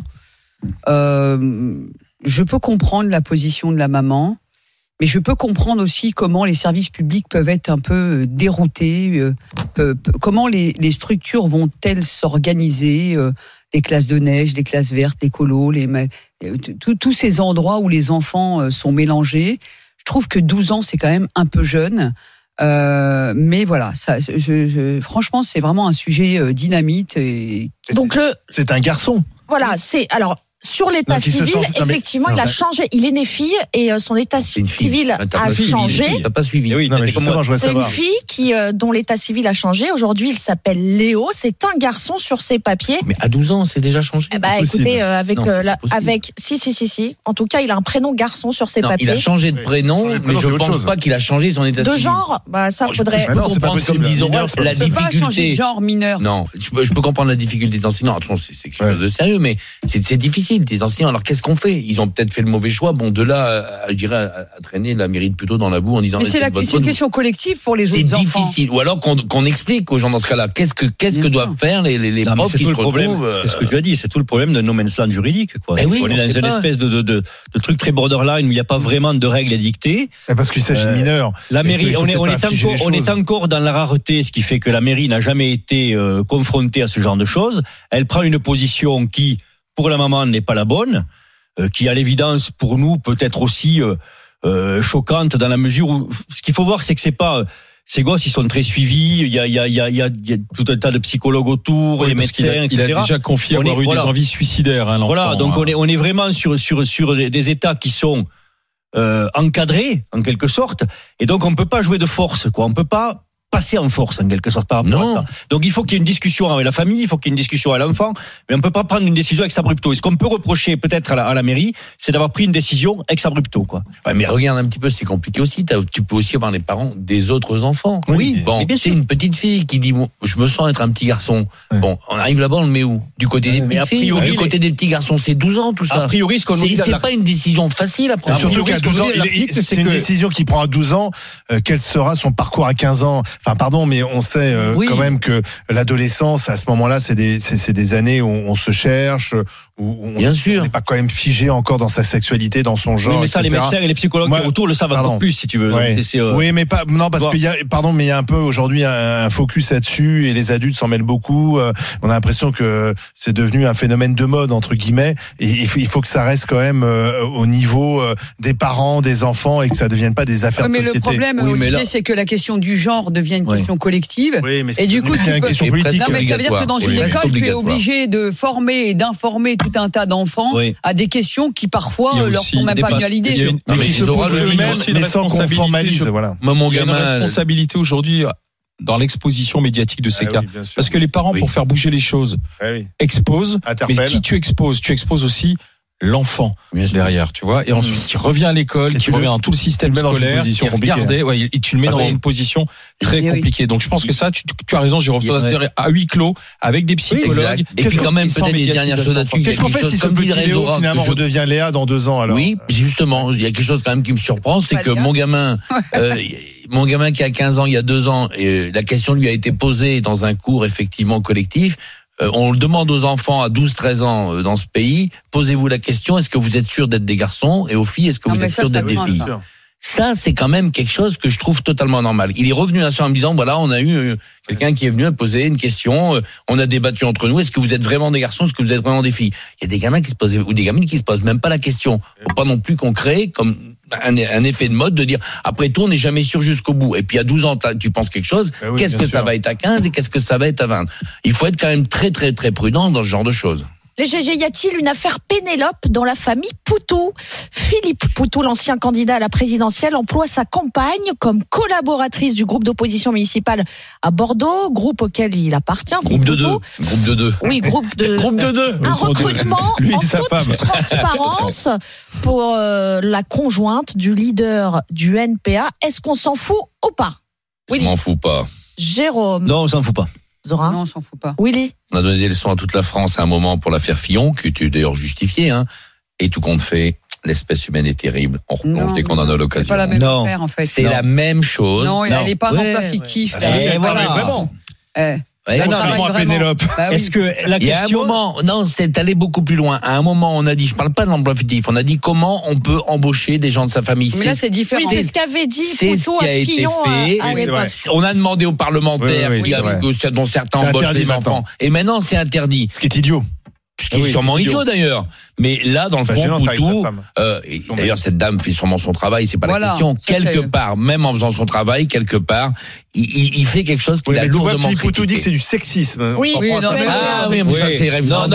Speaker 6: Je peux comprendre la position de la maman, mais je peux comprendre aussi comment les services publics peuvent être un peu déroutés, comment les structures vont-elles s'organiser, les classes de neige, les classes vertes, les colos, tous ces endroits où les enfants sont mélangés. Je trouve que 12 ans, c'est quand même un peu jeune. Mais voilà, franchement, c'est vraiment un sujet dynamite.
Speaker 17: Donc
Speaker 4: c'est un garçon.
Speaker 17: Voilà, sur l'état civil, effectivement, il a changé. Il est né fille et son état civil a changé.
Speaker 9: Il n'a pas suivi.
Speaker 4: Oui,
Speaker 17: c'est une fille dont l'état civil a changé. Aujourd'hui, il s'appelle Léo. C'est un garçon sur ses papiers.
Speaker 9: Mais à 12 ans, c'est déjà changé.
Speaker 17: Écoutez, si. En tout cas, il a un prénom garçon sur ses papiers.
Speaker 9: Il a changé de prénom, mais je ne pense pas qu'il a changé son état civil.
Speaker 17: De genre, ça faudrait.
Speaker 9: Je peux comprendre, comme disons, la difficulté.
Speaker 6: De genre mineur.
Speaker 9: Non, je peux comprendre la difficulté des enseignants. Attention, c'est quelque chose de sérieux, mais c'est difficile. Des enseignants, alors qu'est-ce qu'on fait? Ils ont peut-être fait le mauvais choix. Bon, de là, je dirais, à traîner la mairie plutôt dans la boue en disant.
Speaker 6: Mais c'est une question collective pour les autres enfants.
Speaker 9: C'est difficile. Ou alors qu'on explique aux gens dans ce cas-là. Qu'est-ce que doivent faire les profs qui se retrouvent.
Speaker 5: C'est ce que tu as dit. C'est tout le problème de no man's land juridique, quoi.
Speaker 9: Oui,
Speaker 5: on est dans une espèce de truc très borderline où il n'y a pas vraiment de règles à dicter.
Speaker 4: Parce qu'il s'agit de mineurs.
Speaker 5: La mairie, on est encore dans la rareté, ce qui fait que la mairie n'a jamais été confrontée à ce genre de choses. Elle prend une position qui, pour la maman, n'est pas la bonne, qui à l'évidence pour nous peut être aussi choquante dans la mesure où ce qu'il faut voir, c'est que c'est pas ces gosses, ils sont très suivis. Il y a tout un tas de psychologues autour, les médecins, etc.
Speaker 3: Il a déjà confié avoir eu des envies suicidaires, l'enfant.
Speaker 5: Voilà, donc on est vraiment sur des états qui sont encadrés en quelque sorte, et donc on peut pas jouer de force, quoi. On peut pas passer en force en quelque sorte par rapport à ça. Donc il faut qu'il y ait une discussion avec la famille, il faut qu'il y ait une discussion avec l'enfant, mais on peut pas prendre une décision ex abrupto. Et ce qu'on peut reprocher peut-être à la mairie, c'est d'avoir pris une décision ex abrupto, quoi.
Speaker 9: Ouais, mais regarde un petit peu, c'est compliqué aussi. Tu peux aussi avoir les parents des autres enfants.
Speaker 5: Oui.
Speaker 9: Bon, c'est une petite fille qui dit, bon, je me sens être un petit garçon. Ouais. Bon, on arrive là-bas, on le met où? Du côté des petites filles ou du côté des petits garçons? C'est 12 ans tout ça.
Speaker 5: A priori, ce qu'on nous dit,
Speaker 9: c'est pas une décision facile à prendre.
Speaker 4: Surtout qu'à 12 ans, c'est une décision qui prend à 12 ans. Quel sera son parcours à 15 ans? Enfin, pardon, mais on sait quand même que l'adolescence, à ce moment-là, c'est des années où on se cherche, où on n'est pas quand même figé encore dans sa sexualité, dans son genre.
Speaker 5: Oui, mais ça,
Speaker 4: etc.
Speaker 5: les médecins et les psychologues autour le savent encore plus, si tu veux.
Speaker 4: Ouais.
Speaker 5: Donc,
Speaker 4: oui, mais pas, non, parce qu'il y a, mais il y a un peu aujourd'hui un focus là-dessus et les adultes s'en mêlent beaucoup. On a l'impression que c'est devenu un phénomène de mode, entre guillemets, et il faut que ça reste quand même au niveau des parents, des enfants, et que ça ne devienne pas des affaires de société.
Speaker 6: Mais le problème, Olivier, c'est que la question du genre devient une question collective.
Speaker 4: Oui, mais
Speaker 6: et du coup,
Speaker 4: c'est une question politique.
Speaker 6: Non, mais ça veut dire que dans une école, tu es obligé de former et d'informer tout un tas d'enfants à des questions qui parfois leur sont même pas venues à l'idée.
Speaker 4: Mais qui se posent eux-mêmes, mais sans qu'on formalise. Voilà.
Speaker 3: Mon gamin, il y a une responsabilité aujourd'hui dans l'exposition médiatique de ces cas. Oui, parce que les parents, pour faire bouger les choses, exposent. Mais qui tu exposes? Tu exposes aussi l'enfant derrière, tu vois, et ensuite qui revient à l'école, qui revient dans tout le système scolaire, qui regardait, et tu le mets dans une position très compliquée. Donc je pense que ça, tu as raison, Jérôme, ça se dire à huis clos avec des psychologues.
Speaker 9: Et puis quand même peut-être des dernières choses là-dessus.
Speaker 4: Qu'est-ce qu'on fait si ce petit Léo finalement redevient Léa dans 2 ans alors?
Speaker 9: Oui, justement, il y a quelque chose quand même qui me surprend, c'est que mon gamin qui a 15 ans, il y a 2 ans, et la question lui a été posée dans un cours effectivement collectif. On le demande aux enfants à 12-13 ans dans ce pays, posez-vous la question, est-ce que vous êtes sûr d'être des garçons? Et aux filles, est-ce que vous êtes sûr d'être des filles? Ça, c'est quand même quelque chose que je trouve totalement normal. Il est revenu là soir en me disant, voilà, on a eu quelqu'un qui est venu poser une question, on a débattu entre nous, est-ce que vous êtes vraiment des garçons, est-ce que vous êtes vraiment des filles? Il y a des gamins qui se posent, ou des gamines qui se posent même pas la question. Faut pas non plus qu'on crée comme un effet de mode de dire, après tout, on n'est jamais sûr jusqu'au bout. Et puis à 12 ans, tu penses quelque chose, qu'est-ce que ça va être à 15 et qu'est-ce que ça va être à 20? Il faut être quand même très, très, très prudent dans ce genre de choses.
Speaker 17: Les GG, y a-t-il une affaire Pénélope dans la famille Poutou? Philippe Poutou, l'ancien candidat à la présidentielle, emploie sa compagne comme collaboratrice du groupe d'opposition municipale à Bordeaux, groupe auquel il appartient.
Speaker 9: Groupe de deux.
Speaker 17: Oui, groupe de deux. Un recrutement en toute transparence pour la conjointe du leader du NPA. Est-ce qu'on s'en fout ou pas?
Speaker 9: Je m'en fous pas.
Speaker 17: Jérôme.
Speaker 5: Non, on s'en fout pas.
Speaker 6: Zora. Non, on s'en fout pas.
Speaker 17: Willy.
Speaker 9: On a donné des leçons à toute la France à un moment pour l'affaire Fillon, qui était d'ailleurs justifiée, hein. Et tout compte fait, l'espèce humaine est terrible. On replonge dès qu'on en a l'occasion.
Speaker 6: C'est pas la même affaire, en fait.
Speaker 9: C'est la même chose.
Speaker 6: Non, elle n'est pas un emploi fictif.
Speaker 4: Elle travaille vraiment.
Speaker 9: Contrairement
Speaker 4: à Pénélope.
Speaker 5: Est-ce que la question...
Speaker 9: c'est allé beaucoup plus loin. À un moment, on a dit, je parle pas de l'emploi fictif, on a dit comment on peut embaucher des gens de sa famille.
Speaker 6: Mais là, c'est différent.
Speaker 17: Oui, c'est ce qu'avait dit
Speaker 9: Poutou
Speaker 17: à Fillon à l'époque.
Speaker 9: On a demandé aux parlementaires dont certains embauchent des enfants. Et maintenant, c'est interdit.
Speaker 4: Ce qui est idiot.
Speaker 9: Ce qui est sûrement idiot d'ailleurs. Mais là, dans le fond, Poutou, d'ailleurs, cette dame fait sûrement son travail, c'est pas la question. Quelque part, même en faisant son travail, quelque part, il fait quelque chose qu'il a lourdement critiqué.
Speaker 4: Poutou dit que c'est du sexisme.
Speaker 17: Oui,
Speaker 9: mais ça c'est rêve. Non,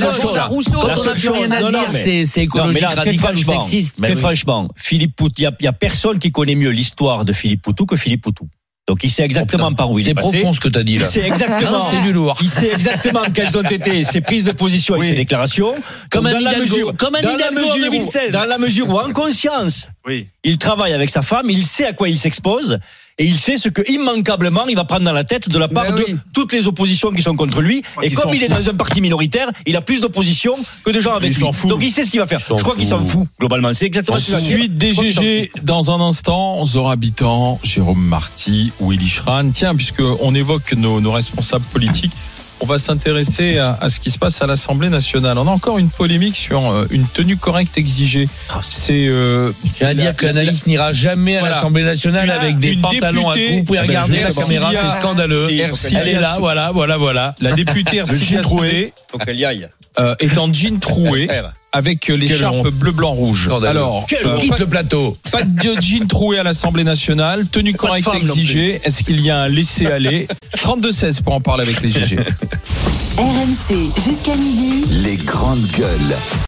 Speaker 9: quand on n'a plus rien à dire, c'est écologique, radical, sexiste.
Speaker 5: Très franchement, Philippe Poutou, il y a personne qui connaît mieux l'histoire de Philippe Poutou que Philippe Poutou. Donc il sait exactement par où il est passé.
Speaker 9: C'est profond ce que t'as dit là.
Speaker 5: Il sait exactement.
Speaker 9: C'est du lourd.
Speaker 5: Il sait exactement quelles ont été ses prises de position et ses déclarations.
Speaker 9: Comme un Hidalgo en 2016.
Speaker 5: Dans la mesure où, en conscience, il travaille avec sa femme, il sait à quoi il s'expose. Et il sait ce que, immanquablement, il va prendre dans la tête de la part de toutes les oppositions qui sont contre lui. Et comme il est dans un parti minoritaire, il a plus d'opposition que de gens avec lui. Donc il sait ce qu'il va faire. Je crois qu'il s'en fout, globalement. C'est exactement ce qu'il va faire.
Speaker 3: Suite des GG dans un instant. Zora Habitant, Jérôme Marty, Willy Schran. Tiens, puisqu'on évoque nos responsables politiques, on va s'intéresser à ce qui se passe à l'Assemblée nationale. On a encore une polémique sur une tenue correcte exigée.
Speaker 9: C'est-à-dire que l'analyste n'ira jamais à l'Assemblée nationale avec des pantalons à trous. Vous pouvez regarder la caméra, c'est scandaleux. Elle est là, voilà.
Speaker 3: La députée Ercilia Troué est en jean troué avec l'écharpe bleu, blanc, rouge. Alors,
Speaker 9: quitte le plateau.
Speaker 3: Pas de jean troué à l'Assemblée nationale. Tenue correcte exigée. Est-ce qu'il y a un laisser-aller? 32-16 pour en parler avec les GG.
Speaker 2: RMC jusqu'à midi.
Speaker 1: Les grandes gueules.